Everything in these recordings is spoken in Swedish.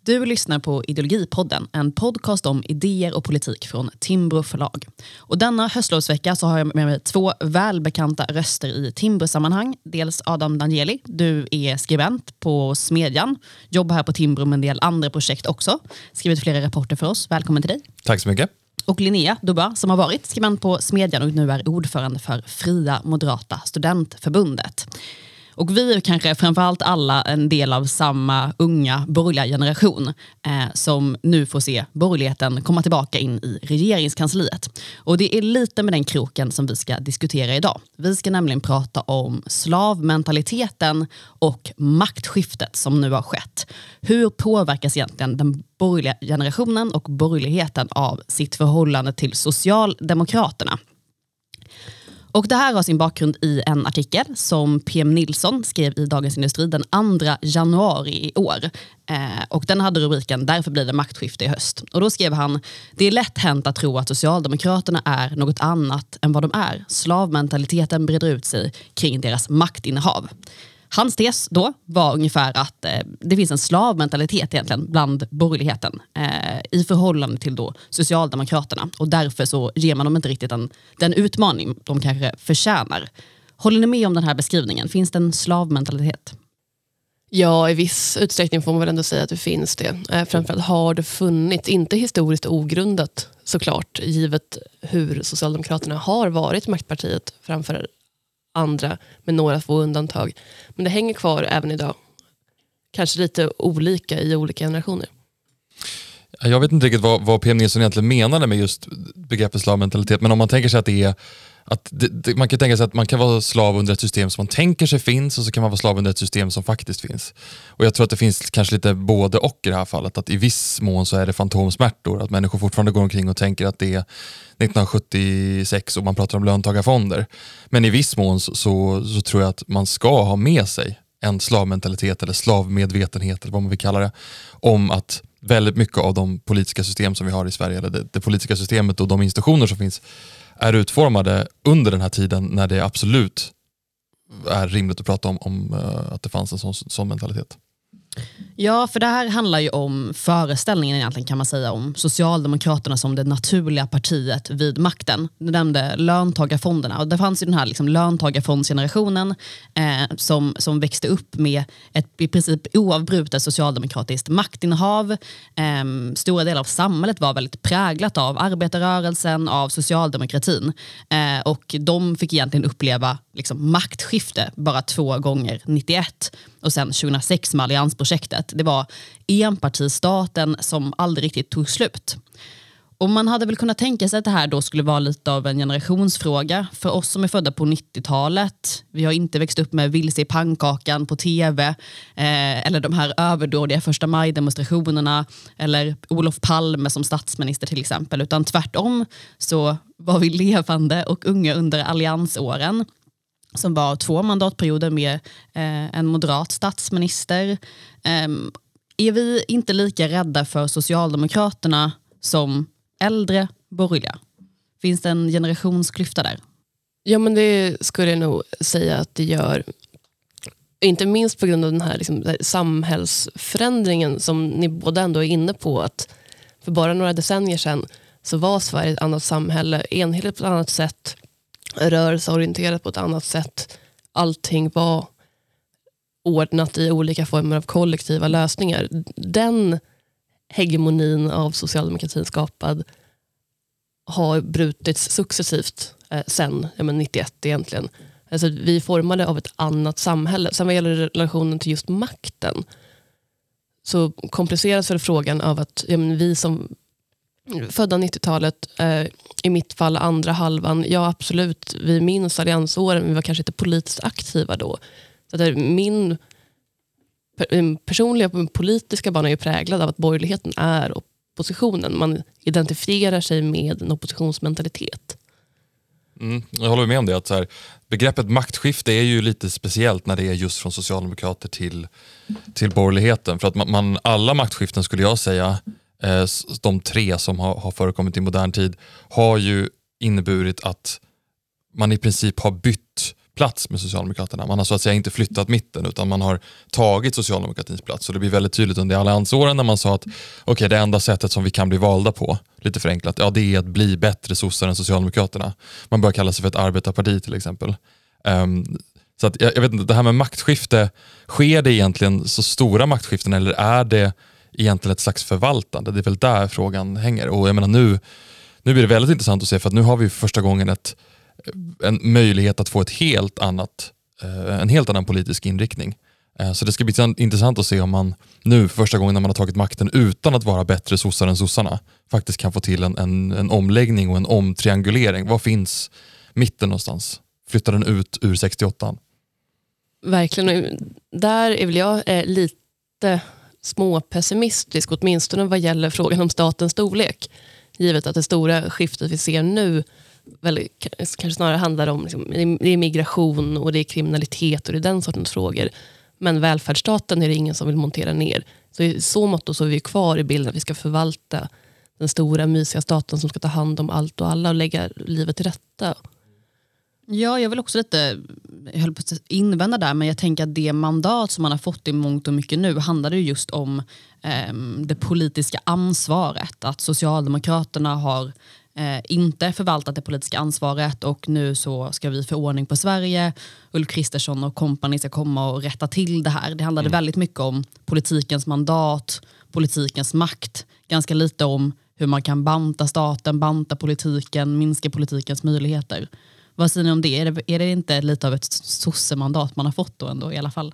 Du lyssnar på Ideologipodden, en podcast om idéer och politik från Timbro förlag. Och denna höstlovsvecka så har jag med mig två välbekanta röster i Timbro-sammanhang. Dels Adam Danieli, du är skribent på Smedjan, jobbar här på Timbro med en del andra projekt också. Skrivit flera rapporter för oss. Välkommen till dig. Tack så mycket. Och Linnea Dubba som har varit skribent på Smedjan och nu är ordförande för Fria Moderata Studentförbundet. Och vi är kanske framförallt alla en del av samma unga borgerliga generation som nu får se borgerligheten komma tillbaka in i regeringskansliet. Och det är lite med den kroken som vi ska diskutera idag. Vi ska nämligen prata om slavmentaliteten och maktskiftet som nu har skett. Hur påverkas egentligen den borgerliga generationen och borgerligheten av sitt förhållande till Socialdemokraterna? Och det här har sin bakgrund i en artikel som PM Nilsson skrev i Dagens Industri den 2 januari i år. Och den hade rubriken "Därför blir det maktskifte i höst". Och då skrev han: "Det är lätt hänt att tro att Socialdemokraterna är något annat än vad de är. Slavmentaliteten breder ut sig kring deras maktinnehav." Hans tes då var ungefär att det finns en slavmentalitet egentligen bland borgerligheten i förhållande till då Socialdemokraterna. Och därför så ger man dem inte riktigt den utmaning de kanske förtjänar. Håller ni med om den här beskrivningen? Finns det en slavmentalitet? Ja, i viss utsträckning får man väl ändå säga att det finns det. Framförallt har det funnits, inte historiskt ogrundat såklart, givet hur Socialdemokraterna har varit maktpartiet framför andra med några få undantag. Men det hänger kvar även idag. Kanske lite olika i olika generationer. Jag vet inte riktigt vad PM Nilsson egentligen menade med just begreppet slavmentalitet, men om man tänker sig att det är man kan tänka sig att man kan vara slav under ett system som man tänker sig finns, och så kan man vara slav under ett system som faktiskt finns. Och jag tror att det finns kanske lite både och i det här fallet, att i viss mån så är det fantomsmärtor, att människor fortfarande går omkring och tänker att det är 1976 och man pratar om löntagarfonder. Men i viss mån så tror jag att man ska ha med sig en slavmentalitet eller slavmedvetenhet eller vad man vill kalla det, om att väldigt mycket av de politiska system som vi har i Sverige, eller det politiska systemet och de institutioner som finns, är utformade under den här tiden när det absolut är rimligt att prata om att det fanns en sån mentalitet. Ja, för det här handlar ju om föreställningen egentligen, kan man säga, om Socialdemokraterna som det naturliga partiet vid makten. Du nämnde löntagarfonderna, och det fanns ju den här liksom löntagarfondsgenerationen som växte upp med ett i princip oavbrutet socialdemokratiskt maktinnehav. Stora delar av samhället var väldigt präglat av arbetarrörelsen, av socialdemokratin. Och de fick egentligen uppleva liksom maktskifte bara 2 gånger, 91 och sen 2006 med alliansprojektet. Det var enpartistaten som aldrig riktigt tog slut. Och man hade väl kunnat tänka sig att det här då skulle vara lite av en generationsfråga för oss som är födda på 90-talet. Vi har inte växt upp med Vilse i pannkakan på tv eller de här överdådiga 1 maj-demonstrationerna eller Olof Palme som statsminister till exempel, utan tvärtom så var vi levande och unga under alliansåren, som var 2 mandatperioder med en moderat statsminister. Är vi inte lika rädda för Socialdemokraterna som äldre borgerliga? Finns det en generationsklyfta där? Ja, men det skulle jag nog säga att det gör. Inte minst på grund av den här liksom, samhällsförändringen som ni båda ändå är inne på, att för bara några decennier sedan så var Sverige ett annat samhälle, enhetligt på ett annat sätt, rörelseorienterat på ett annat sätt. Allting var ordnat i olika former av kollektiva lösningar. Den hegemonin av socialdemokratin skapad har brutits successivt sen 91 egentligen. Alltså, vi formade av ett annat samhälle. Sen vad gäller relationen till just makten så kompliceras väl frågan av att vi som födda 90-talet, i mitt fall andra halvan, ja absolut, vi minns alliansåren, vi var kanske inte politiskt aktiva då. Så att min personliga politiska bana är ju präglad av att borgerligheten är oppositionen. Man identifierar sig med en oppositionsmentalitet. Jag håller med om det, att så här, begreppet maktskifte är ju lite speciellt när det är just från socialdemokrater till borgerligheten. För att alla maktskiften, skulle jag säga, de 3 som har förekommit i modern tid, har ju inneburit att man i princip har bytt plats med Socialdemokraterna. Man har så att säga inte flyttat mitten utan man har tagit socialdemokratins plats. Så det blir väldigt tydligt under alliansåren när man sa att okej, det enda sättet som vi kan bli valda på, lite förenklat, det är att bli bättre sossar än Socialdemokraterna. Man bör kalla sig för ett arbetarparti till exempel. Så att, jag vet inte, det här med maktskifte, sker det egentligen så stora maktskiften eller är det egentligen ett slags förvaltande? Det är väl där frågan hänger. Och jag menar nu blir det väldigt intressant att se för att nu har vi för första gången en möjlighet att få en helt annan politisk inriktning. Så det ska bli intressant att se om man nu för första gången när man har tagit makten utan att vara bättre sossar än sossarna faktiskt kan få till en omläggning och en omtriangulering. Var finns mitten någonstans? Flyttar den ut ur 68? Verkligen. Där är väl jag lite småpessimistisk, åtminstone vad gäller frågan om statens storlek. Givet att det stora skiftet vi ser nu väl, kanske snarare handlar om liksom, det är migration och det är kriminalitet och det är den sortens frågor. Men välfärdsstaten är det ingen som vill montera ner. Så i så mått så är vi kvar i bilden att vi ska förvalta den stora mysiga staten som ska ta hand om allt och alla och lägga livet till rätta. Ja, jag vill också jag höll på att invända där, men jag tänker att det mandat som man har fått i mångt och mycket nu handlar ju just om det politiska ansvaret. Att Socialdemokraterna har inte förvaltat det politiska ansvaret och nu så ska vi få ordning på Sverige. Ulf Kristersson och kompani ska komma och rätta till det här. Det handlade väldigt mycket om politikens mandat, politikens makt. Ganska lite om hur man kan banta staten, banta politiken, minska politikens möjligheter. Vad säger ni om det? Är det inte lite av ett sossemandat man har fått då ändå i alla fall?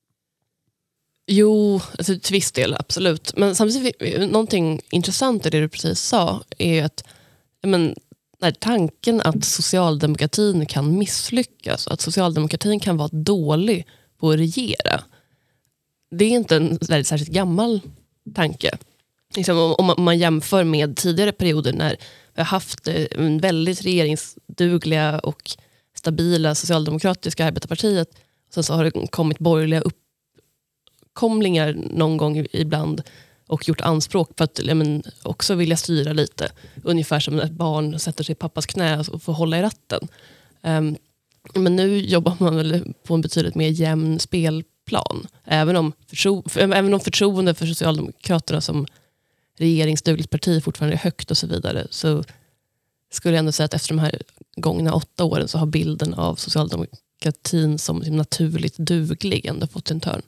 Jo, alltså, till viss del, absolut. Men samtidigt, någonting intressant i det du precis sa är att tanken att socialdemokratin kan misslyckas, att socialdemokratin kan vara dålig på att regera, det är inte en särskilt gammal tanke. Liksom, om man jämför med tidigare perioder när vi har haft en väldigt regeringsdugliga och stabila socialdemokratiska arbetarpartiet. Sen så har det kommit borgerliga uppkomlingar någon gång ibland och gjort anspråk på att också vilja styra lite. Ungefär som ett barn sätter sig i pappas knä och får hålla i ratten. Men nu jobbar man väl på en betydligt mer jämn spelplan. Även om förtroende för Socialdemokraterna som regeringsdugligt parti fortfarande är högt och så vidare, så skulle jag ändå säga att efter de här gångna 8 åren så har bilden av socialdemokratin som naturligt duglig ändå fått en törn.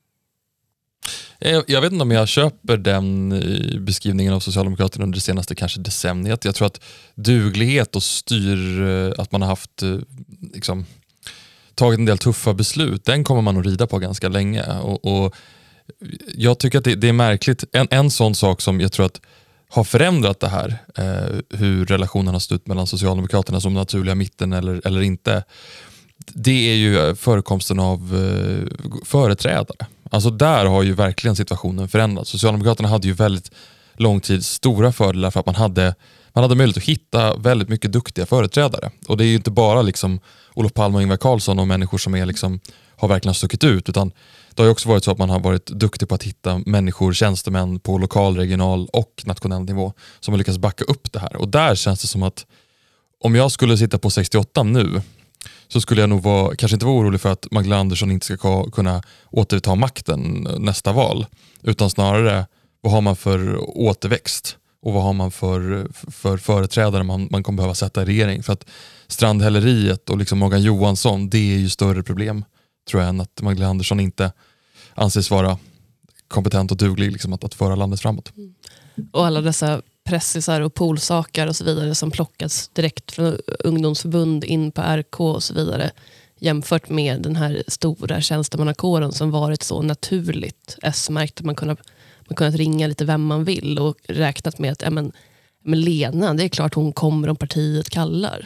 Jag vet inte om jag köper den beskrivningen av Socialdemokraterna under det senaste kanske decenniet. Jag tror att duglighet och att man har haft tagit en del tuffa beslut, den kommer man att rida på ganska länge. Och jag tycker att det är märkligt. En sån sak som jag tror att har förändrat det här, hur relationen har stått mellan Socialdemokraterna som naturliga mitten eller inte, det är ju förekomsten av företrädare. Alltså där har ju verkligen situationen förändrats. Socialdemokraterna hade ju väldigt lång tid stora fördelar för att man hade möjlighet att hitta väldigt mycket duktiga företrädare. Och det är ju inte bara Olof Palme och Ingvar Carlsson och människor som har verkligen stuckit ut, utan det har ju också varit så att man har varit duktig på att hitta människor, tjänstemän på lokal, regional och nationell nivå som har lyckats backa upp det här. Och där känns det som att om jag skulle sitta på 68 nu så skulle jag nog kanske inte vara orolig för att Magdalena Andersson inte ska kunna återta makten nästa val, utan snarare vad har man för återväxt och vad har man för företrädare man kommer behöva sätta i regering. För att Strandhälleriet och Morgan Johansson, det är ju större problem tror jag än att Magdalena Andersson inte anses vara kompetent och duglig att föra landet framåt. Och alla dessa pressisar och polsakar och så vidare som plockas direkt från ungdomsförbund in på RK och så vidare, jämfört med den här stora tjänstemannakåren som varit så naturligt S-märkt att man kunnat ringa lite vem man vill och räknat med att men Lena, det är klart hon kommer om partiet kallar.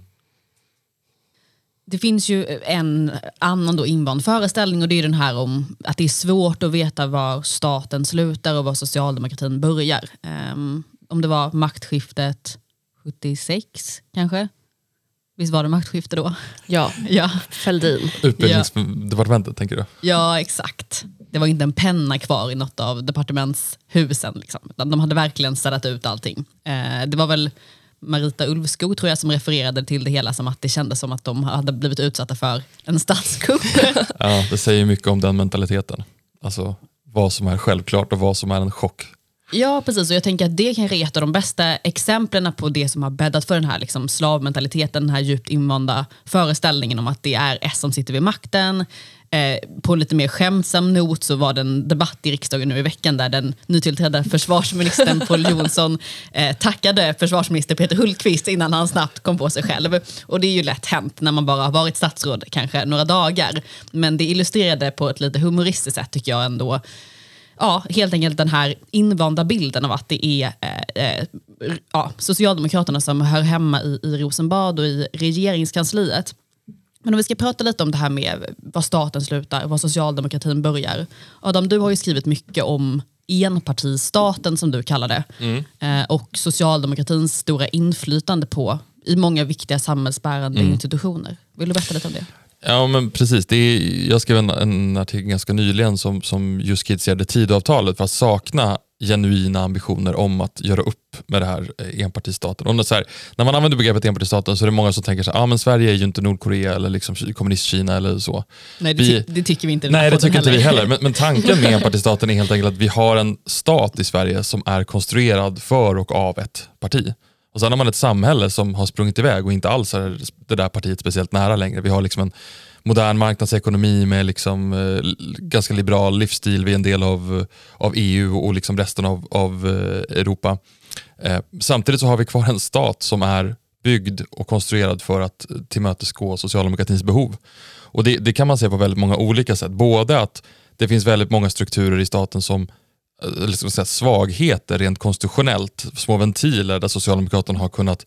Det finns ju en annan invand föreställning och det är den här om att det är svårt att veta var staten slutar och var socialdemokratin börjar. Om det var maktskiftet 76 kanske? Visst var det maktskifte då? Ja. Fälldin. Utbildningsdepartementet tänker du? Ja, exakt. Det var inte en penna kvar i något av departementshusen. De hade verkligen städat ut allting. Det var väl Marita Ulvskog tror jag som refererade till det hela som att det kändes som att de hade blivit utsatta för en statskupp. Ja, det säger mycket om den mentaliteten. Alltså vad som är självklart och vad som är en chock. Ja, precis. Och jag tänker att det kanske är ett av de bästa exemplen på det som har bäddat för den här liksom slavmentaliteten, den här djupt invanda föreställningen om att det är S som sitter vid makten. På en lite mer skämtsam not så var det en debatt i riksdagen nu i veckan där den nytillträdda försvarsministern Pål Jonsson tackade försvarsminister Peter Hultqvist innan han snabbt kom på sig själv. Och det är ju lätt hänt när man bara har varit statsråd kanske några dagar. Men det illustrerade på ett lite humoristiskt sätt tycker jag ändå. Ja, helt enkelt den här invanda bilden av att det är Socialdemokraterna som hör hemma i Rosenbad och i regeringskansliet. Men om vi ska prata lite om det här med vad staten slutar, vad socialdemokratin börjar. Adam, du har ju skrivit mycket om enpartistaten som du kallar det. Och socialdemokratins stora inflytande på i många viktiga samhällsbärande institutioner. Vill du berätta lite om det? Ja, men precis. Jag skrev en artikel ganska nyligen som just kritiserade Tidöavtalet för att sakna genuina ambitioner om att göra upp med det här enpartistaten. Och så här, när man använder begreppet enpartistaten så är det många som tänker så här, men Sverige är ju inte Nordkorea eller liksom kommunist-Kina eller så. Nej, det tycker vi inte. Nej, det tycker inte vi heller. Men tanken med enpartistaten är helt enkelt att vi har en stat i Sverige som är konstruerad för och av ett parti. Och sen har man ett samhälle som har sprungit iväg och inte alls är det där partiet speciellt nära längre. Vi har liksom en modern marknadsekonomi med liksom, ganska liberal livsstil. Vi är en del av EU och liksom resten av Europa. Samtidigt så har vi kvar en stat som är byggd och konstruerad för att tillmötesgå socialdemokratins behov. Och det kan man se på väldigt många olika sätt. Både att det finns väldigt många strukturer i staten som liksom säga, svagheter rent konstitutionellt, små ventiler där Socialdemokraterna har kunnat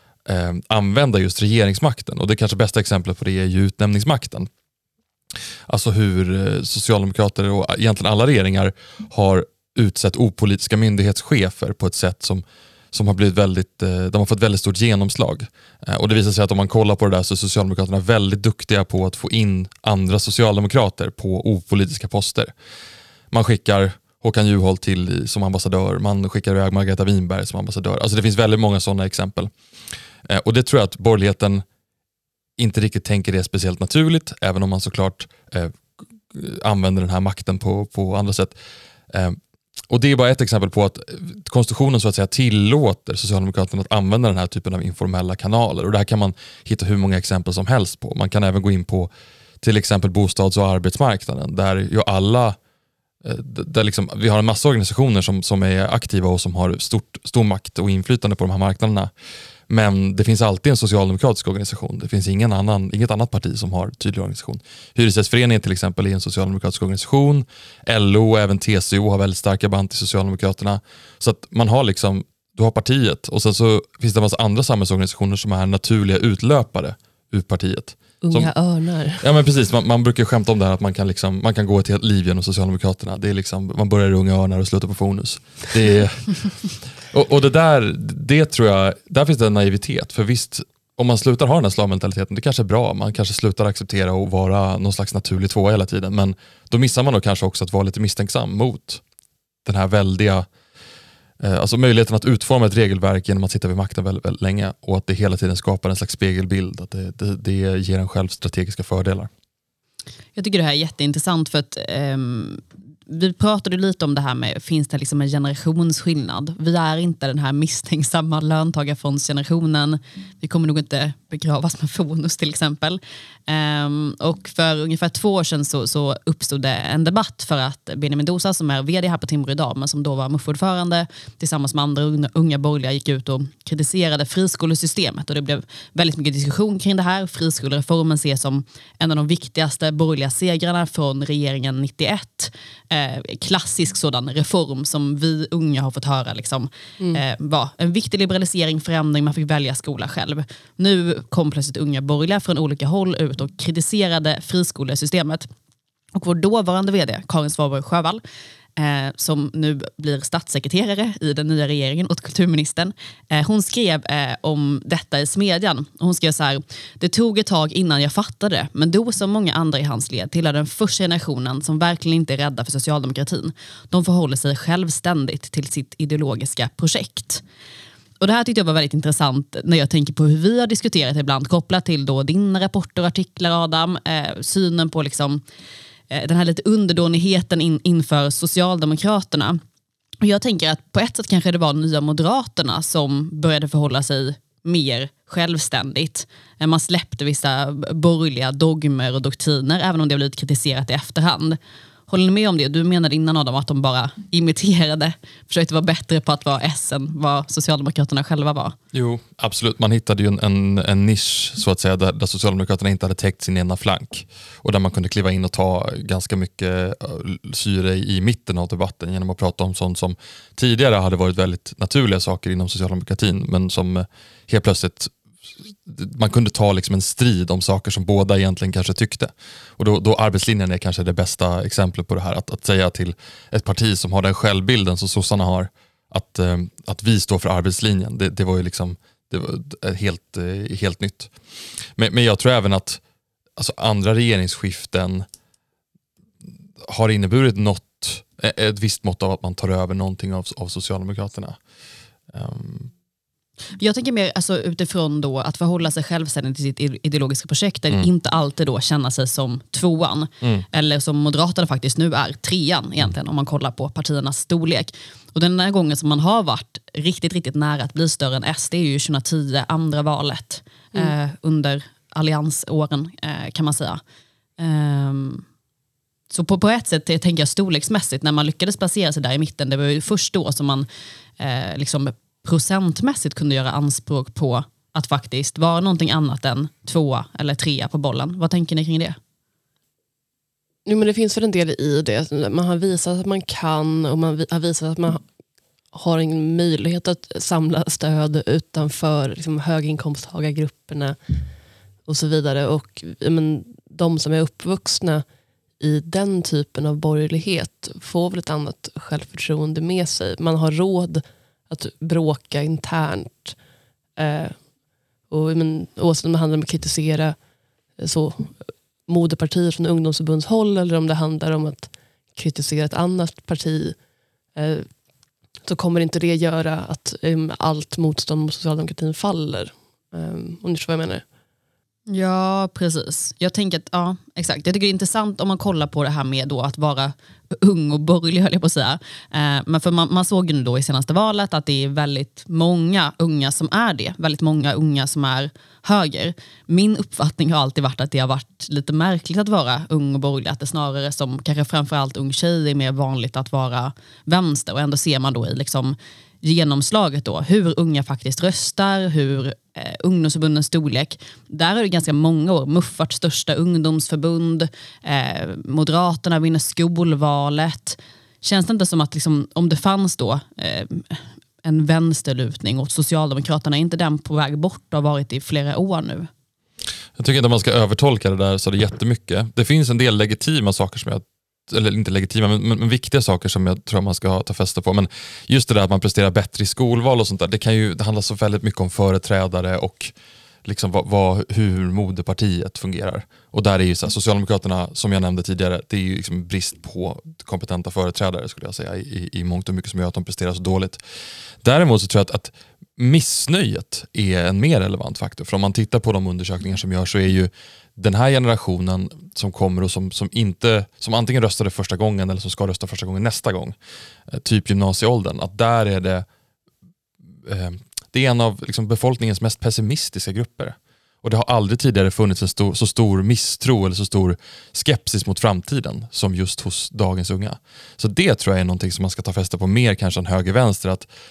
använda just regeringsmakten. Och det kanske bästa exemplet på det är ju utnämningsmakten. Alltså hur socialdemokrater och egentligen alla regeringar har utsett opolitiska myndighetschefer på ett sätt som har blivit de har fått väldigt stort genomslag. Och det visar sig att om man kollar på det där så är Socialdemokraterna väldigt duktiga på att få in andra socialdemokrater på opolitiska poster. Man skickar Håkan Juholt som ambassadör, man skickar iväg Margareta Winberg som ambassadör. Alltså det finns väldigt många sådana exempel. Och det tror jag att borgerligheten inte riktigt tänker det speciellt naturligt, även om man såklart använder den här makten på andra sätt. Och det är bara ett exempel på att konstitutionen så att säga tillåter Socialdemokraterna att använda den här typen av informella kanaler. Och det här kan man hitta hur många exempel som helst på. Man kan även gå in på till exempel bostads- och arbetsmarknaden där ju alla där liksom, vi har en massa organisationer som är aktiva och som har stor makt och inflytande på de här marknaderna. Men det finns alltid en socialdemokratisk organisation. Det finns inget annat parti som har tydlig organisation. Hyresgästföreningen till exempel är en socialdemokratisk organisation. LO och även TCO har väldigt starka band till Socialdemokraterna. Så att man har liksom, du har partiet och sen så finns det en massa andra samhällsorganisationer som är naturliga utlöpare ur partiet. Unga örnar. Ja men precis, man brukar skämta om det här att man kan gå ett helt liv genom Socialdemokraterna. Det är liksom, man börjar i Unga örnar och slutar på Fonus. Det är, och det tror jag, där finns det en naivitet. För visst, om man slutar ha den här slavmentaliteten, det kanske är bra. Man kanske slutar acceptera och vara någon slags naturlig tvåa hela tiden. Men då missar man då kanske också att vara lite misstänksam mot den här väldiga, alltså möjligheten att utforma ett regelverk genom att sitta vid makten väldigt, väldigt länge och att det hela tiden skapar en slags spegelbild, att det ger en själv strategiska fördelar. Jag tycker det här är jätteintressant för att vi pratade lite om det här med, finns det liksom en generationsskillnad? Vi är inte den här misstänksamma löntagarfondsgenerationen. Vi kommer nog inte begravas med Fonus till exempel. Och för ungefär 2 år sedan så uppstod det en debatt för att Benjamin Dosa som är vd här på Timbro idag men som då var MUF-ordförande tillsammans med andra unga borgerliga gick ut och kritiserade friskolesystemet och det blev väldigt mycket diskussion kring det här. Friskolereformen ses som en av de viktigaste borgerliga segrarna från regeringen 91. Klassisk sådan reform som vi unga har fått höra liksom, var en viktig liberalisering, förändring, man fick välja skola själv. Nu kom plötsligt unga borgerliga från olika håll ut och kritiserade friskolesystemet. Och vår dåvarande vd, Karin Swarborg Sjövall, som nu blir statssekreterare i den nya regeringen åt kulturministern. Hon skrev om detta i Smedjan. Hon skrev så här: det tog ett tag innan jag fattade, men då som många andra i hans led tillhör den första generationen som verkligen inte är rädda för socialdemokratin. De förhåller sig självständigt till sitt ideologiska projekt. Och det här tyckte jag var väldigt intressant när jag tänker på hur vi har diskuterat ibland, kopplat till då dina rapporter och artiklar, Adam, synen på liksom, den här lite underdånigheten inför Socialdemokraterna. Och jag tänker att på ett sätt kanske det var Nya Moderaterna som började förhålla sig mer självständigt. Man släppte vissa borgerliga dogmer och doktriner, även om det har blivit kritiserat i efterhand. Håller ni med om det? Du menade innan, Adam, att de bara imiterade, försökte vara bättre på att vara S än vad Socialdemokraterna själva var. Jo, absolut. Man hittade ju en nisch så att säga där Socialdemokraterna inte hade täckt sin ena flank. Och där man kunde kliva in och ta ganska mycket syre i mitten av debatten genom att prata om sånt som tidigare hade varit väldigt naturliga saker inom socialdemokratin, men som helt plötsligt man kunde ta liksom en strid om saker som båda egentligen kanske tyckte. Och då arbetslinjen är kanske det bästa exemplet på det här. Att säga till ett parti som har den självbilden som sossarna har att vi står för arbetslinjen. Det var ju liksom det var helt nytt. Men jag tror även att alltså, andra regeringsskiften har inneburit ett visst mått av att man tar över någonting av Socialdemokraterna. Jag tänker mer alltså, utifrån då att förhålla sig självständigt till sitt ideologiska projekt, där inte alltid då känna sig som tvåan, eller som Moderaterna faktiskt nu är trean egentligen, om man kollar på partiernas storlek. Och den här gången som man har varit riktigt nära att bli större än SD är ju 2010, andra valet under alliansåren kan man säga. Så på ett sätt tänker jag storleksmässigt, när man lyckades placera sig där i mitten, det var ju först då som man liksom procentmässigt kunde göra anspråk på att faktiskt vara någonting annat än tvåa eller trea på bollen. Vad tänker ni kring det? Jo, men det finns väl en del i det. Man har visat att man kan, och man har visat att man har en möjlighet att samla stöd utanför liksom, höginkomsttagargrupperna och så vidare. Och men, de som är uppvuxna i den typen av borgerlighet får väl ett annat självförtroende med sig. Man har råd att bråka internt. Oavsett om det handlar om att kritisera så moderpartier från ungdomsförbundshåll, eller om det handlar om att kritisera ett annat parti, så kommer inte det göra att allt motstånd mot socialdemokratin faller. Om ni förstår vad jag menar. Ja, precis. Jag tänker att, ja, exakt. Jag tycker det är intressant om man kollar på det här med då att vara ung och borgerlig, höll jag på att säga. Men för man såg ju nu då i senaste valet att det är väldigt många unga som är det. Väldigt många unga som är höger. Min uppfattning har alltid varit att det har varit lite märkligt att vara ung och borgerlig. Att det snarare som kanske framförallt ung tjej är mer vanligt att vara vänster. Och ändå ser man då i liksom genomslaget då, hur unga faktiskt röstar, hur ungdomsförbundens storlek. Där är det ganska många år. Muffarts största ungdomsförbund, Moderaterna vinner skolvalet. Känns det inte som att liksom, om det fanns då en vänsterlutning åt Socialdemokraterna, är inte den på väg bort och har varit i flera år nu? Jag tycker inte att man ska övertolka det där så det är jättemycket. Det finns en del legitima saker som eller inte legitima, men viktiga saker som jag tror man ska ta fäste på. Men just det där att man presterar bättre i skolval och sånt där, det handlar så väldigt mycket om företrädare och liksom hur moderpartiet fungerar. Och där är ju så här, Socialdemokraterna, som jag nämnde tidigare, det är ju liksom brist på kompetenta företrädare, skulle jag säga, i mångt och mycket som gör att de presterar så dåligt. Däremot så tror jag att missnöjet är en mer relevant faktor. För om man tittar på de undersökningar som görs, så är ju den här generationen som kommer och som antingen röstade första gången eller som ska rösta första gången nästa gång, typ gymnasieåldern, att där är det är en av liksom befolkningens mest pessimistiska grupper. Och det har aldrig tidigare funnits en så stor misstro eller så stor skepsis mot framtiden som just hos dagens unga. Så det tror jag är någonting som man ska ta fäste på mer kanske än höger-vänster,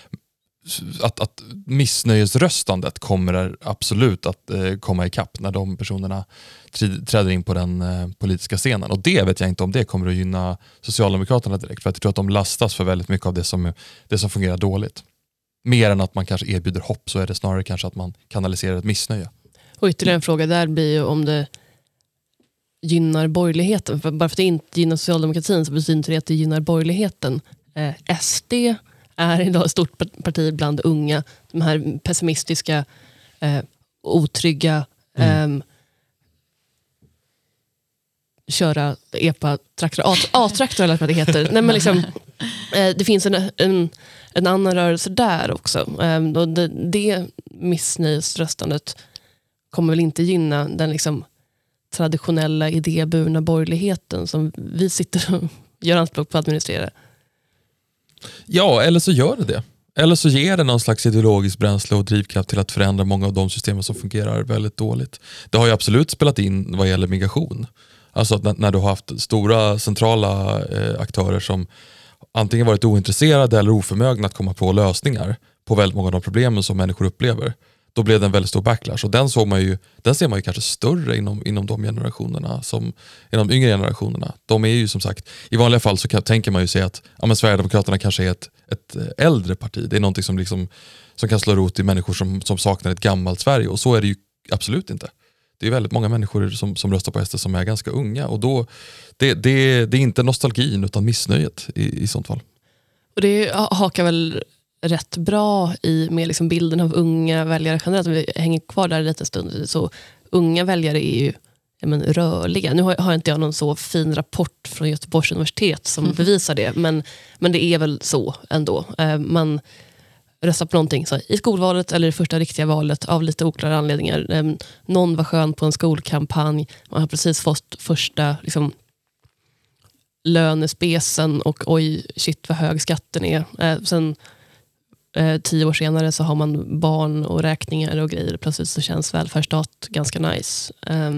att missnöjesröstandet kommer absolut att komma ikapp när de personerna träder in på den politiska scenen. Och det vet jag inte om det kommer att gynna Socialdemokraterna direkt, för att jag tror att de lastas för väldigt mycket av det som fungerar dåligt. Mer än att man kanske erbjuder hopp, så är det snarare kanske att man kanaliserar ett missnöje. Och ytterligare en fråga där blir ju om det gynnar borgerligheten. För bara för att det inte gynnar socialdemokratin så betyder inte det att det gynnar borgerligheten. SD är idag ett stort parti bland unga. De här pessimistiska, otrygga, köra epa-traktor, A-traktor eller vad det heter. Nej, men liksom, det finns en annan rörelse där också. Och det missnöjesröstandet kommer väl inte gynna den liksom traditionella idéburna borgerligheten som vi sitter och gör anspråk på att administrera. Ja, eller så gör det. Eller så ger det någon slags ideologisk bränsle och drivkraft till att förändra många av de systemen som fungerar väldigt dåligt. Det har ju absolut spelat in vad gäller migration. Alltså att när du har haft stora centrala aktörer som antingen varit ointresserade eller oförmögna att komma på lösningar på väldigt många av de problemen som människor upplever. Då blev det en väldigt stor backlash. Och den ser man ju kanske större inom de generationerna som inom de yngre generationerna. De är ju som sagt, i vanliga fall så tänker man ju sig att Sverigedemokraterna kanske är ett äldre parti. Det är någonting som kan slå rot i människor som saknar ett gammalt Sverige. Och så är det ju absolut inte. Det är väldigt många människor som röstar på SD som är ganska unga. Och då, det är inte nostalgin utan missnöjet i sånt fall. Och det hakar väl rätt bra med liksom bilden av unga väljare generellt. Vi hänger kvar där en liten stund. Så unga väljare är ju rörliga. Nu har inte jag någon så fin rapport från Göteborgs universitet som bevisar det. Men det är väl så ändå. Man röstar på någonting så i skolvalet eller i första riktiga valet av lite oklara anledningar. Någon var skön på en skolkampanj. Man har precis fått första liksom, lönespesen och oj, shit vad hög skatten är. Sen 10 år senare så har man barn och räkningar och grejer. Plötsligt så känns välfärdsstat ganska nice.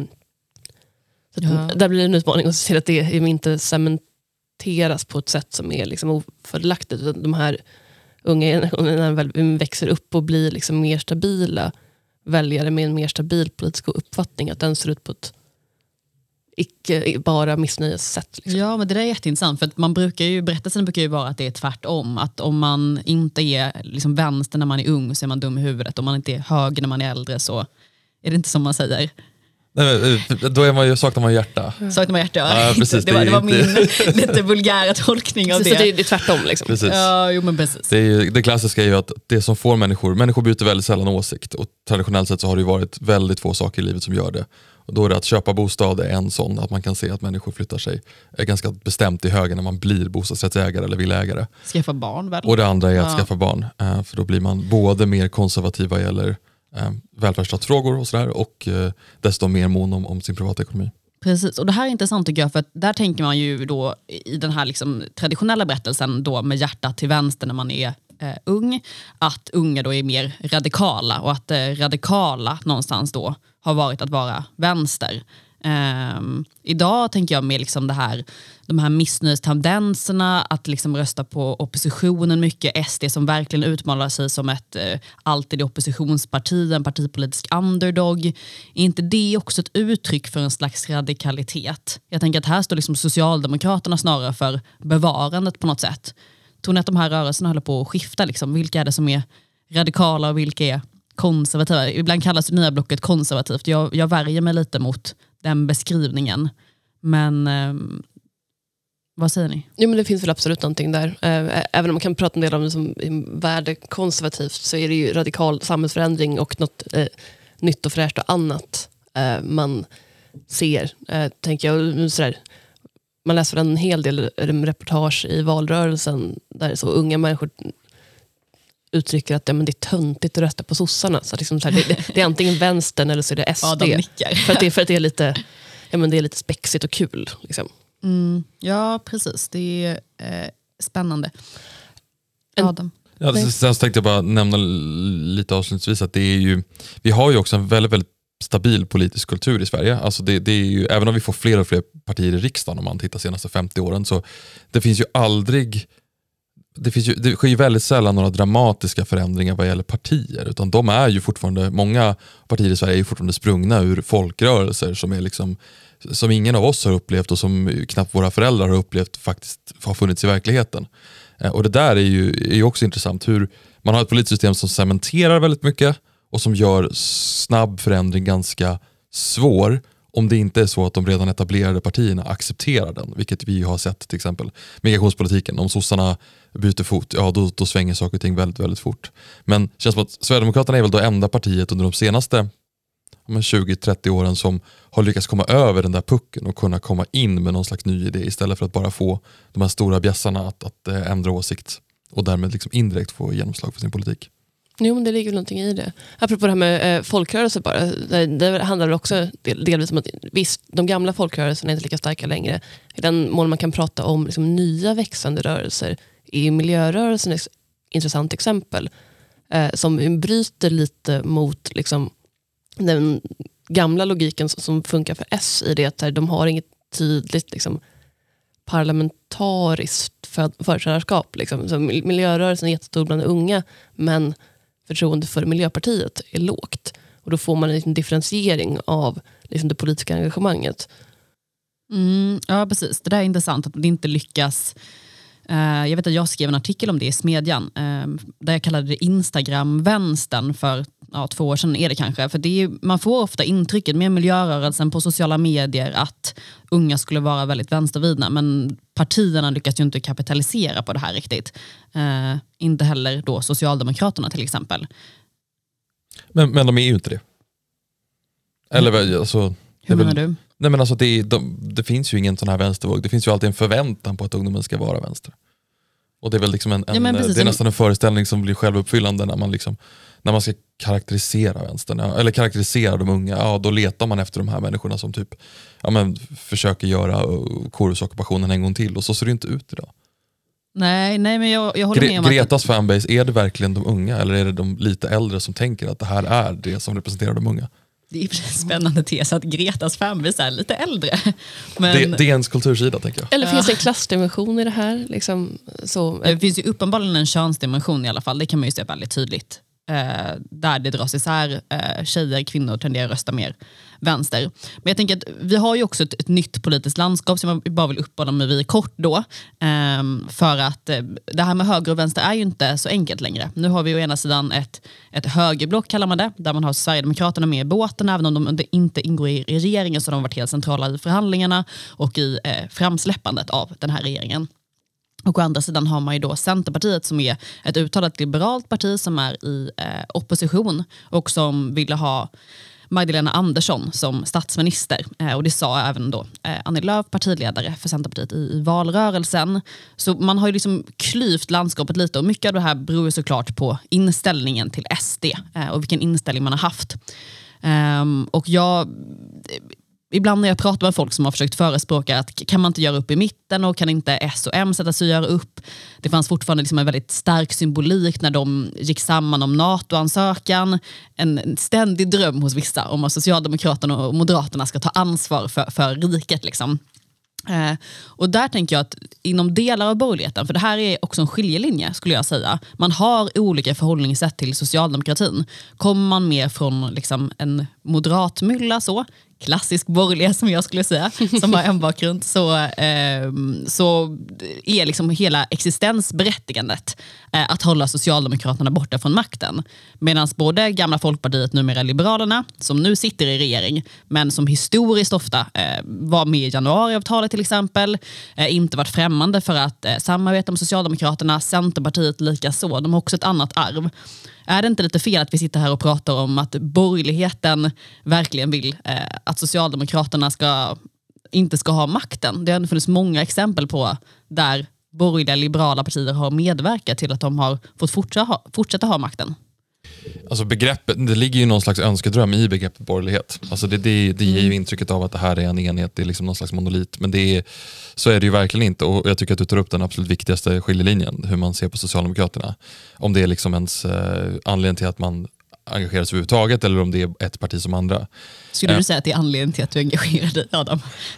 Där blir det en utmaning att se att det inte cementeras på ett sätt som är liksom ofördelaktigt. De här unga generationerna växer upp och blir liksom mer stabila väljare med en mer stabil politisk uppfattning. Att den ser ut på ett icke bara missnöjessätt. Liksom. Ja, men det där är jätteintressant. För att berättelsen brukar ju vara att det är tvärtom. Att om man inte är liksom vänster när man är ung så är man dum i huvudet. Om man inte är höger när man är äldre så är det inte som man säger. Nej, då saknar man hjärta. Saknar man hjärta, ja. Precis, det var min lite vulgära tolkning av precis, det. Det är tvärtom. Liksom. Precis. Ja, jo, men precis. Det klassiska är ju att det som får människor byter väldigt sällan åsikt. Och traditionellt sett så har det ju varit väldigt få saker i livet som gör det. Och då är det att köpa bostad är en sån, att man kan se att människor flyttar sig är ganska bestämt i höger när man blir bostadsrättsägare eller villägare. Skaffa barn väl? Och det andra är att skaffa barn. För då blir man både mer konservativ vad gäller välfärdsstatsfrågor och sådär och desto mer mån om sin privatekonomi. Precis, och det här är intressant tycker jag för att där tänker man ju då i den här liksom traditionella berättelsen då med hjärtat till vänster när man är ung, att unga då är mer radikala och att radikala någonstans då har varit att vara vänster. Idag tänker jag med liksom de här missnöjestendenserna att liksom rösta på oppositionen mycket, SD som verkligen utmanar sig som ett alltid oppositionsparti, en partipolitisk underdog. Är inte det också ett uttryck för en slags radikalitet? Jag tänker att här står liksom Socialdemokraterna snarare för bevarandet på något sätt. Tror ni att de här rörelserna håller på att skifta? Liksom? Vilka är det som är radikala och vilka är konservativa? Ibland kallas det nya blocket konservativt. Jag värjer mig lite mot den beskrivningen. Men vad säger ni? Jo, men det finns väl absolut någonting där. Även om man kan prata en del om det som värdekonservativt så är det ju radikal samhällsförändring och något nytt och fräscht och annat man ser. Tänker jag sådär. Man läser en hel del reportage i valrörelsen där så unga människor uttrycker att men det är töntigt att rösta på sossarna. Så liksom så här, det är antingen vänstern eller så är det SD. Ja, de nickar. För att det är lite, det är lite spexigt och kul. Liksom. Ja, precis. Det är spännande. Adam? Ja, sen tänkte jag bara nämna lite avslutningsvis att vi har ju också en väldigt, väldigt stabil politisk kultur i Sverige. Alltså det är ju, även om vi får fler och fler partier i riksdagen om man tittar senaste 50 åren så det finns ju aldrig det sker ju väldigt sällan några dramatiska förändringar vad gäller partier utan de är ju fortfarande, många partier i Sverige är ju fortfarande sprungna ur folkrörelser som är liksom, som ingen av oss har upplevt och som knappt våra föräldrar har upplevt faktiskt har funnits i verkligheten. Och det där är ju också intressant hur man har ett politiskt system som cementerar väldigt mycket och som gör snabb förändring ganska svår om det inte är så att de redan etablerade partierna accepterar den, vilket vi har sett till exempel migrationspolitiken. Om sossarna byter fot, ja då svänger saker och ting väldigt, väldigt fort. Men det känns som att Sverigedemokraterna är väl då enda partiet under de senaste 20-30 åren som har lyckats komma över den där pucken och kunna komma in med någon slags ny idé istället för att bara få de här stora bjässarna att ändra åsikt och därmed liksom indirekt få genomslag för sin politik. Jo, men det ligger någonting i det. Apropå det här med folkrörelser bara. Det handlar väl också delvis om att visst, de gamla folkrörelserna är inte lika starka längre. I den mån man kan prata om liksom, nya växande rörelser är miljörörelsen ett intressant exempel. Som bryter lite mot liksom, den gamla logiken som funkar för S i det att de har inget tydligt liksom, parlamentariskt företrädarskap. Liksom. Så miljörörelsen är jättestor bland unga, men förtroende för Miljöpartiet är lågt. Och då får man en liksom differentiering av liksom det politiska engagemanget. Ja, precis. Det där är intressant att det inte lyckas. Jag vet att jag skrev en artikel om det i Smedjan där jag kallade det Instagram-vänstern för 2 år sedan är det kanske. För det är, man får ofta intrycket med miljörörelsen på sociala medier att unga skulle vara väldigt vänstervidna, men partierna lyckas ju inte kapitalisera på det här riktigt. Inte heller då Socialdemokraterna till exempel. Men de är ju inte det. Eller alltså... Hur menar du? Nej, men alltså det finns ju ingen sån här vänstervåg. Det finns ju alltid en förväntan på att ungdomen ska vara vänster. Och det är väl liksom det är nästan en föreställning som blir självuppfyllande när man ska karaktärisera vänstern, eller karaktärisera de unga. Då letar man efter de här människorna som typ försöker göra kårhusockupationen en gång till, och så ser det inte ut idag. Nej, men jag håller med om Gretas fanbase, är det verkligen de unga eller är det de lite äldre som tänker att det här är det som representerar de unga? Det är spännande tes att Gretas fanbase är lite äldre. Men... Det är ens kultursida, tänker jag. Eller finns det en klassdimension i det här? Liksom, så. Det finns ju uppenbarligen en könsdimension i alla fall. Det kan man ju se väldigt tydligt. Där det dras isär. Tjejer, kvinnor tenderar att rösta mer vänster. Men jag tänker att vi har ju också ett nytt politiskt landskap som jag bara vill uppehålla mig vid kort då. För att det här med höger och vänster är ju inte så enkelt längre. Nu har vi å ena sidan ett högerblock kallar man det, där man har Sverigedemokraterna med i båten, även om de inte ingår i regeringen, så de har varit helt centrala i förhandlingarna och i framsläppandet av den här regeringen. Och å andra sidan har man ju då Centerpartiet som är ett uttalat liberalt parti som är i opposition och som ville ha Magdalena Andersson som statsminister. Och det sa även då Annie Lööf, partiledare för Centerpartiet i valrörelsen. Så man har ju liksom klyvt landskapet lite, och mycket av det här beror ju såklart på inställningen till SD och vilken inställning man har haft. Och ibland när jag pratar med folk som har försökt förespråka att kan man inte göra upp i mitten och kan inte S och M sätta sig och göra upp. Det fanns fortfarande liksom en väldigt stark symbolik när de gick samman om NATO-ansökan. En ständig dröm hos vissa om att Socialdemokraterna och Moderaterna ska ta ansvar för riket. Liksom. Och där tänker jag att inom delar av borgerligheten, för det här är också en skiljelinje skulle jag säga, man har olika förhållningssätt till socialdemokratin. Kommer man mer från liksom en moderatmylla, så klassisk borgerlig som jag skulle säga, som har en bakgrund, så är liksom hela existensberättigandet att hålla Socialdemokraterna borta från makten. Medan både gamla Folkpartiet, numera Liberalerna, som nu sitter i regering, men som historiskt ofta var med i januariavtalet till exempel, inte varit främmande för att samarbeta med Socialdemokraterna, Centerpartiet lika så. De har också ett annat arv. Är det inte lite fel att vi sitter här och pratar om att borgerligheten verkligen vill att Socialdemokraterna inte ska ha makten? Det har funnits många exempel på där borgerliga liberala partier har medverkat till att de har fått fortsätta ha makten. Alltså begreppet, det ligger ju någon slags önskedröm i begreppet borgerlighet. Alltså det ger ju intrycket av att det här är en enhet, det är liksom någon slags monolit. Men så är det ju verkligen inte, och jag tycker att du tar upp den absolut viktigaste skiljelinjen, hur man ser på Socialdemokraterna. Om det är liksom ens anledning till att man engagerar sig överhuvudtaget eller om det är ett parti som andra. Skulle du säga att det är anledningen till att du engagerar dig, Adam?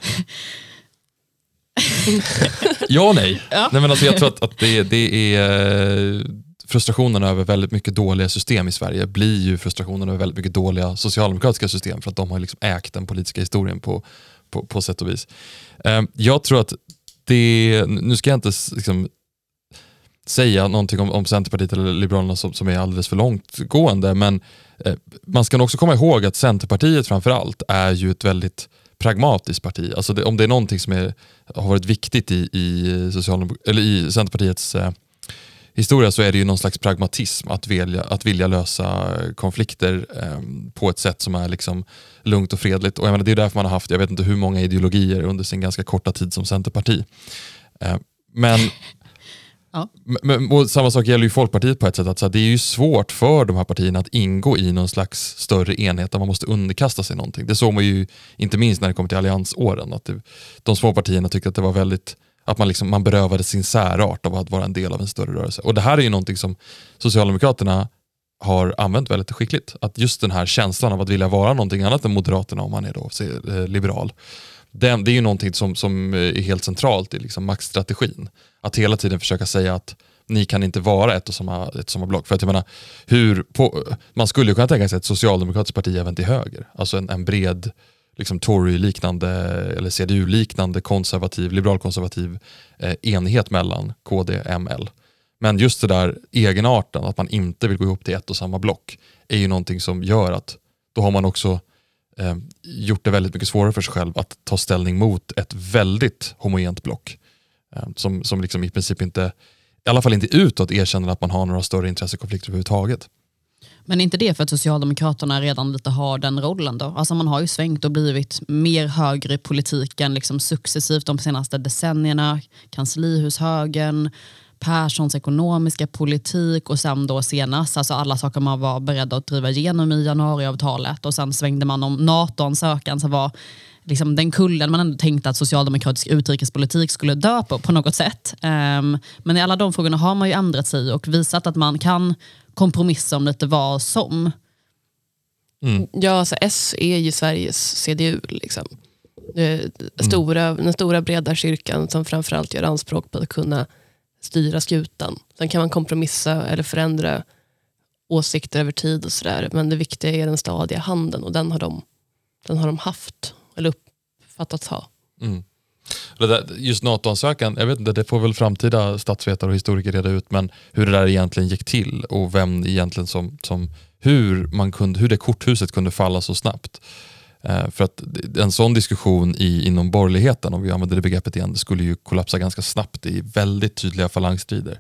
Ja och nej. Ja. Nej, men alltså jag tror att det är... Frustrationen över väldigt mycket dåliga system i Sverige blir ju frustrationen över väldigt mycket dåliga socialdemokratiska system, för att de har liksom ägt den politiska historien på sätt och vis. Jag tror att nu ska jag inte liksom säga någonting om Centerpartiet eller Liberalerna som är alldeles för långtgående, men man ska nog också komma ihåg att Centerpartiet framförallt är ju ett väldigt pragmatiskt parti. Alltså om det är någonting som har varit viktigt i Centerpartiets historia, så är det ju någon slags pragmatism att vilja lösa konflikter på ett sätt som är liksom lugnt och fredligt. Och jag menar, det är därför man har haft, jag vet inte hur många ideologier under sin ganska korta tid som Centerparti. Men Ja. Och samma sak gäller ju Folkpartiet på ett sätt. Att så här, det är ju svårt för de här partierna att ingå i någon slags större enhet där man måste underkasta sig någonting. Det såg man ju inte minst när det kom till alliansåren. Att de små partierna tyckte att det var väldigt... Att man berövade sin särart av att vara en del av en större rörelse. Och det här är ju någonting som Socialdemokraterna har använt väldigt skickligt. Att just den här känslan av att vilja vara någonting annat än Moderaterna om man är då liberal. Det är ju någonting som är helt centralt i liksom maktstrategin. Att hela tiden försöka säga att ni kan inte vara ett och samma block. För att jag menar, man skulle ju kunna tänka sig ett socialdemokratiskt parti även till höger. Alltså en bred liksom Tory-liknande eller CDU-liknande liberalkonservativ enhet mellan KD, ML. Men just det där egenarten, att man inte vill gå ihop till ett och samma block, är ju någonting som gör att då har man också gjort det väldigt mycket svårare för sig själv att ta ställning mot ett väldigt homogent block. Som liksom i princip inte, i alla fall inte utåt, erkänner att man har några större intressekonflikter överhuvudtaget. Men inte det för att Socialdemokraterna redan lite har den rollen då? Alltså man har ju svängt och blivit mer högre i politiken liksom successivt de senaste decennierna. Kanslihushögern, Perssons ekonomiska politik och sen då senast, alltså alla saker man var beredda att driva igenom i januariavtalet och sen svängde man om NATO-ansökan som var liksom den kullen man ändå tänkte att socialdemokratisk utrikespolitik skulle dö på något sätt. Men i alla de frågorna har man ju ändrat sig och visat att man kan kompromissa om lite vad som. Ja, alltså S är ju Sveriges CDU liksom. Den stora breda kyrkan som framförallt gör anspråk på att kunna styra skutan. Sen kan man kompromissa eller förändra åsikter över tid och sådär. Men det viktiga är den stadiga handen och den har de haft eller uppfattats ha. Det där, just NATO-ansökan, jag vet inte, det får väl framtida statsvetare och historiker reda ut, men hur det där egentligen gick till och vem egentligen hur det korthuset kunde falla så snabbt. För att en sån diskussion inom borgerligheten, om vi använder det begreppet igen, det skulle ju kollapsa ganska snabbt i väldigt tydliga falangstrider.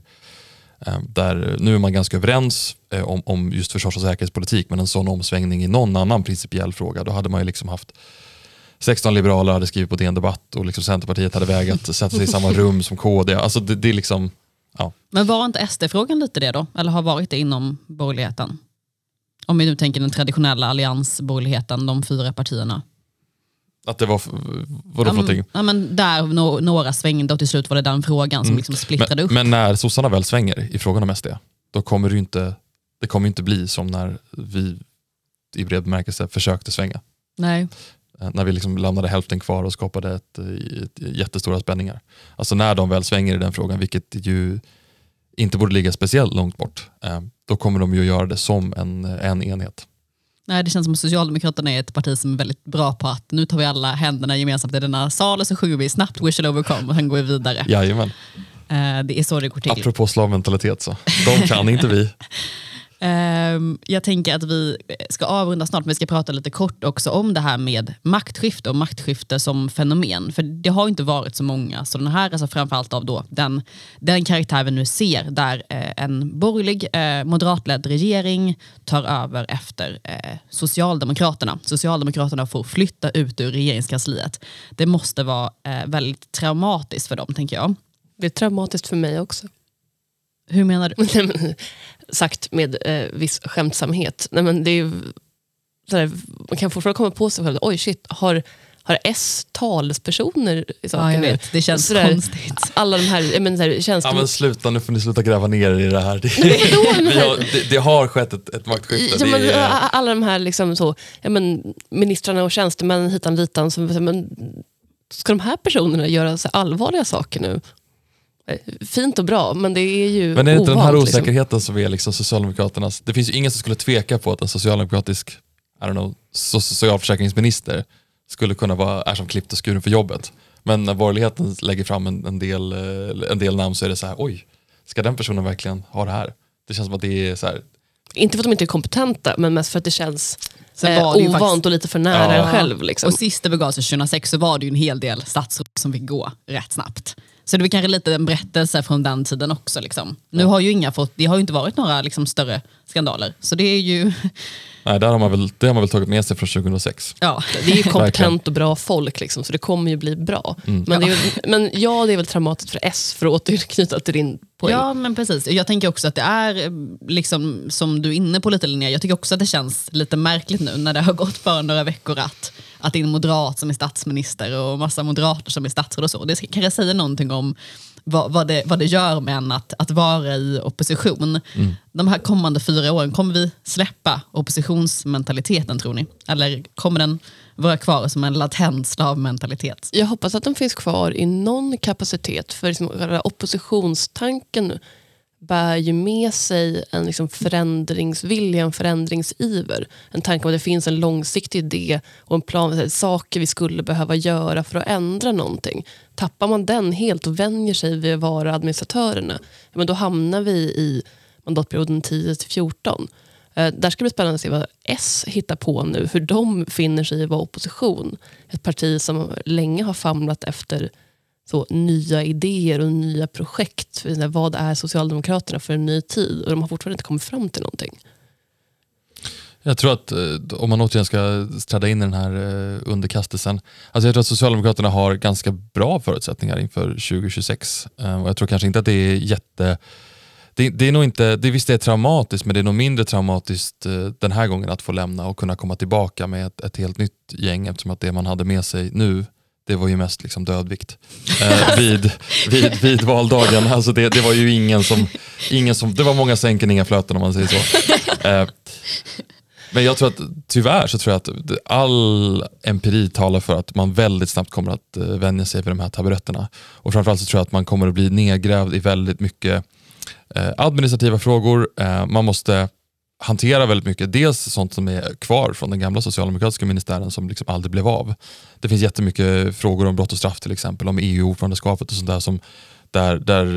Där nu är man ganska överens om just försvars- och säkerhetspolitik, men en sån omsvängning i någon annan principiell fråga, då hade man ju liksom haft 16 liberaler hade skrivit på DN Debatt och liksom Centerpartiet hade vägat sätta sig i samma rum som KD. Alltså det är liksom, ja. Men var inte SD-frågan lite det då? Eller har varit det inom borgerligheten? Om vi nu tänker den traditionella alliansborgerligheten, de 4 partierna. Att det var, vadå för någonting? Ja, men där några svängde och till slut var det den frågan som liksom splittrade upp. Men när sossarna väl svänger i frågan om SD, då kommer det kommer inte bli som när vi i bred bemärkelse försökte svänga. Nej. När vi liksom lämnade hälften kvar och skapade ett jättestora spänningar. Alltså när de väl svänger i den frågan, vilket ju inte borde ligga speciellt långt bort, då kommer de ju göra det som en enhet. Nej, det känns som att Socialdemokraterna är ett parti som är väldigt bra på att nu tar vi alla händerna gemensamt i denna sal och så sjunger vi snabbt We shall overcome och sen går vi vidare. Jajamän. Det är så det går till. Apropå slavmentalitet så. De kan inte vi. Jag tänker att vi ska avrunda snart, men vi ska prata lite kort också om det här med maktskifte och maktskifte som fenomen. För det har inte varit så många. Så den här, alltså framförallt av då den karaktär vi nu ser, där en borgerlig moderatledd regering tar över efter Socialdemokraterna. Socialdemokraterna får flytta ut ur regeringskansliet. Det måste vara väldigt traumatiskt för dem, tänker jag. Det är traumatiskt för mig också. Hur menar du? Sagt med viss skämtsamhet. Nej, men det är sådär, man kan fortfarande komma på sig själv. Oj shit, har S talespersoner i saken? Ja, jag vet. Det känns sådär, konstigt. Alla de här, men sluta, nu får ni sluta gräva ner i det här. Det har skett ett maktskifte. Alla de här liksom så, ministrarna och tjänstemännen hitan litan, men ska de här personerna göra så allvarliga saker nu? Fint och bra, men det är ju men är inte ovant, den här osäkerheten som är liksom Socialdemokraternas, det finns ju ingen som skulle tveka på att en socialdemokratisk socialförsäkringsminister skulle kunna är som klippt och skuren för jobbet. Men när borgerligheten lägger fram en del namn så är det så här: oj, ska den personen verkligen ha det här? Det känns som att det är så här. Inte för att de inte är kompetenta, men mest för att det känns ovant och lite för nära en själv. Liksom. Och sist det begav sig 2006 så var det ju en hel del statsråd som fick gå rätt snabbt. Så det är kanske lite en berättelse från den tiden också. Liksom. Nu har ju det har ju inte varit några liksom, större skandaler. Så det är ju... Nej, det har man väl tagit med sig från 2006. Ja. Det är ju kompetent och bra folk, liksom, så det kommer ju bli bra. Men, det är väl traumatiskt för S, för att återknyta till din poäng. Ja, men precis. Jag tänker också att det är, liksom, som du är inne på lite, Linnea, jag tycker också att det känns lite märkligt nu när det har gått bara några veckor att det är en moderat som är statsminister och massa moderater som är statsråd och så. Det kan jag säga någonting om vad det gör med en att vara i opposition. De här kommande 4 åren, kommer vi släppa oppositionsmentaliteten, tror ni? Eller kommer den vara kvar som en latent slavmentalitet? Jag hoppas att de finns kvar i någon kapacitet, för liksom, oppositionstanken bär ju med sig en liksom förändringsvilja, en förändringsiver. En tanke om att det finns en långsiktig idé och en plan, saker vi skulle behöva göra för att ändra någonting. Tappar man den helt och vänjer sig vid att vara administratörerna, men då hamnar vi i mandatperioden 10-14. Där ska det bli spännande att se vad S hittar på nu, hur de finner sig i att vara opposition. Ett parti som länge har famlat efter så nya idéer och nya projekt. Vad är Socialdemokraterna för en ny tid? Och de har fortfarande inte kommit fram till någonting. Jag tror att om man återigen ska träda in i den här underkastelsen. Alltså jag tror att Socialdemokraterna har ganska bra förutsättningar inför 2026. Och jag tror kanske inte att det är det är nog inte, det visst är traumatiskt, men det är nog mindre traumatiskt den här gången att få lämna och kunna komma tillbaka med ett helt nytt gäng, eftersom att det man hade med sig nu, det var ju mest liksom dödvikt vid valdagen. Alltså det var ju ingen som det var många sänken, inga flöten, om man säger så. Men jag tror att tyvärr så tror jag att all empiri talar för att man väldigt snabbt kommer att vänja sig vid de här taburetterna. Och framförallt så tror jag att man kommer att bli nedgrävd i väldigt mycket administrativa frågor. Man måste hantera väldigt mycket. Dels sånt som är kvar från den gamla socialdemokratiska ministären som liksom aldrig blev av. Det finns jättemycket frågor om brott och straff, till exempel om EU-ordförandeskapet och sånt där som där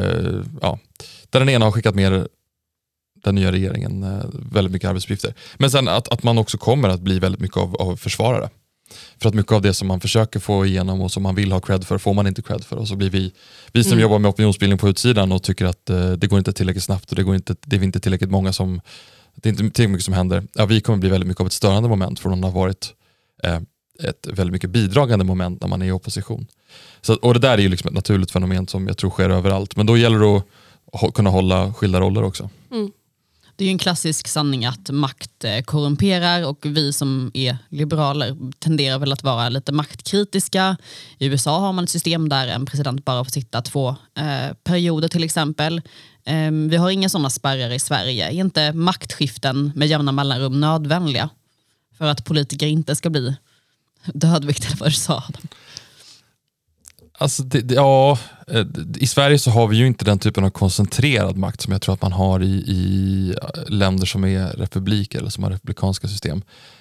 den ena har skickat med den nya regeringen väldigt mycket arbetsuppgifter. Men sen att man också kommer att bli väldigt mycket av försvarare. För att mycket av det som man försöker få igenom och som man vill ha cred för får man inte cred för. Och så blir vi som jobbar med opinionsbildning på utsidan och tycker att det går inte tillräckligt snabbt och det är inte tillräckligt många som, det är inte tillräckligt mycket som händer. Ja, vi kommer bli väldigt mycket av ett störande moment, för de har varit ett väldigt mycket bidragande moment när man är i opposition. Så, och det där är ju liksom ett naturligt fenomen som jag tror sker överallt. Men då gäller det att kunna hålla skilda roller också. Det är ju en klassisk sanning att makt korrumperar, och vi som är liberaler tenderar väl att vara lite maktkritiska. I USA har man ett system där en president bara får sitta 2 perioder till exempel. Vi har inga sådana spärrar i Sverige. Är inte maktskiften med jämna mellanrum nödvändiga för att politiker inte ska bli dödvikt, eller vad du sa? Alltså i Sverige så har vi ju inte den typen av koncentrerad makt som jag tror att man har i länder som är republiker eller som har republikanska system.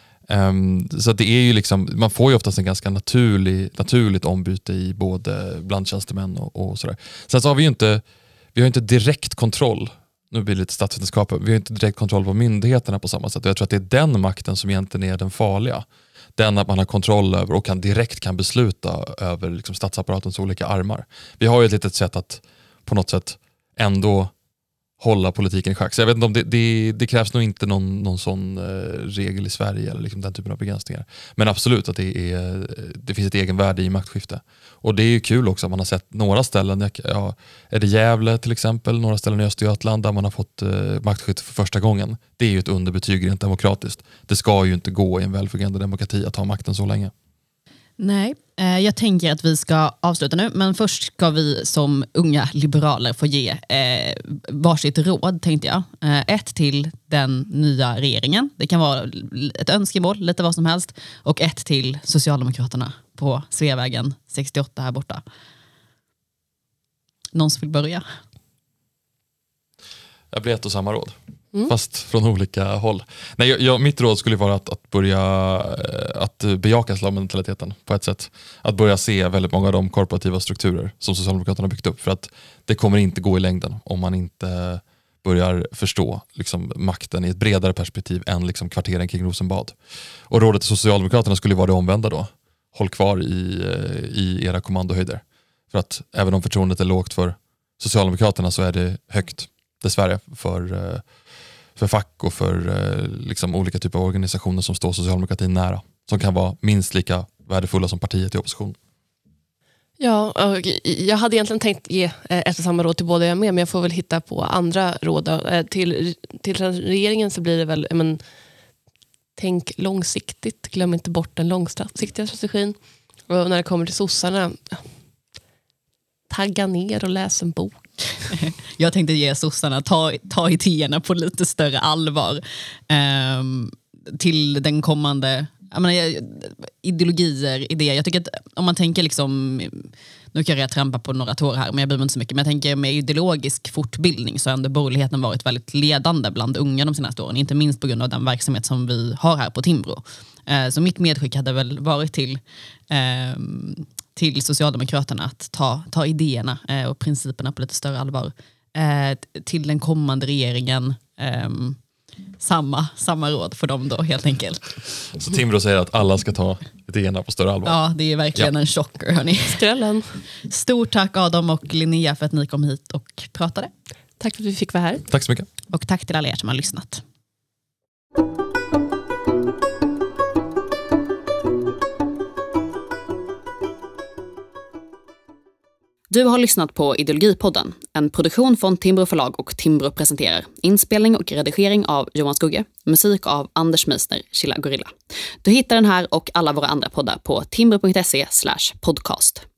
Så det är ju liksom, man får ju oftast en ganska naturligt ombyte i både bland tjänstemän och sådär. Sen så har vi har inte direkt kontroll, nu blir det lite statsvetenskap, vi har inte direkt kontroll på myndigheterna på samma sätt. Jag tror att det är den makten som egentligen är den farliga. Den att man har kontroll över och direkt kan besluta över liksom statsapparatens olika armar. Vi har ju ett litet sätt att på något sätt ändå hålla politiken i schack. Så jag vet inte om det krävs nog inte någon sån regel i Sverige eller liksom den typen av begränsningar. Men absolut att det finns ett egenvärde i maktskifte. Och det är ju kul också att man har sett några ställen, är det Gävle till exempel, några ställen i Östergötland där man har fått maktskifte för första gången. Det är ju ett underbetyg rent demokratiskt. Det ska ju inte gå i en välfungerande demokrati att ha makten så länge. Nej, jag tänker att vi ska avsluta nu, men först ska vi som unga liberaler få ge varsitt råd, tänkte jag. Ett till den nya regeringen, det kan vara ett önskemål, lite vad som helst, och ett till Socialdemokraterna på Sveavägen 68 här borta. Någon som vill börja? Jag blir ett och samma råd. Fast från olika håll. Nej, mitt råd skulle vara att börja att bejaka slavmentaliteten på ett sätt. Att börja se väldigt många av de korporativa strukturer som Socialdemokraterna har byggt upp. För att det kommer inte gå i längden om man inte börjar förstå liksom, makten i ett bredare perspektiv än liksom, kvarteren kring Rosenbad. Och rådet till Socialdemokraterna skulle vara det omvända då. Håll kvar i era kommandohöjder. För att även om förtroendet är lågt för Socialdemokraterna så är det högt, dessvärre, för fack och för liksom olika typer av organisationer som står socialdemokratin nära. Som kan vara minst lika värdefulla som partiet i opposition. Ja, jag hade egentligen tänkt ge ett och samma råd till båda jag med, men jag får väl hitta på andra råd. Till regeringen så blir det väl, tänk långsiktigt, glöm inte bort den långsiktiga strategin. Och när det kommer till sossarna, tagga ner och läs en bok. Jag tänkte ge sossarna, ta idéerna på lite större allvar till den kommande idéer. Jag tycker att om man tänker liksom, nu kan jag trampa på några tår här, men jag bryr mig inte så mycket. Men jag tänker med ideologisk fortbildning så har ändå borgerligheten varit väldigt ledande bland unga de senaste åren. Inte minst på grund av den verksamhet som vi har här på Timbro. Så mitt medskick hade väl varit till Socialdemokraterna att ta idéerna och principerna på lite större allvar. Till den kommande regeringen samma råd för dem då, helt enkelt. Så Timbro säger att alla ska ta idéerna på större allvar. Ja, det är verkligen en chocker, hörni. Skrällen. Stort tack Adam och Linnea för att ni kom hit och pratade. Tack för att vi fick vara här. Tack så mycket. Och tack till alla er som har lyssnat. Du har lyssnat på Ideologipodden, en produktion från Timbro förlag och Timbro presenterar. Inspelning och redigering av Johan Skugge, musik av Anders Meissner, Chilla Gorilla. Du hittar den här och alla våra andra poddar på timbro.se/podcast.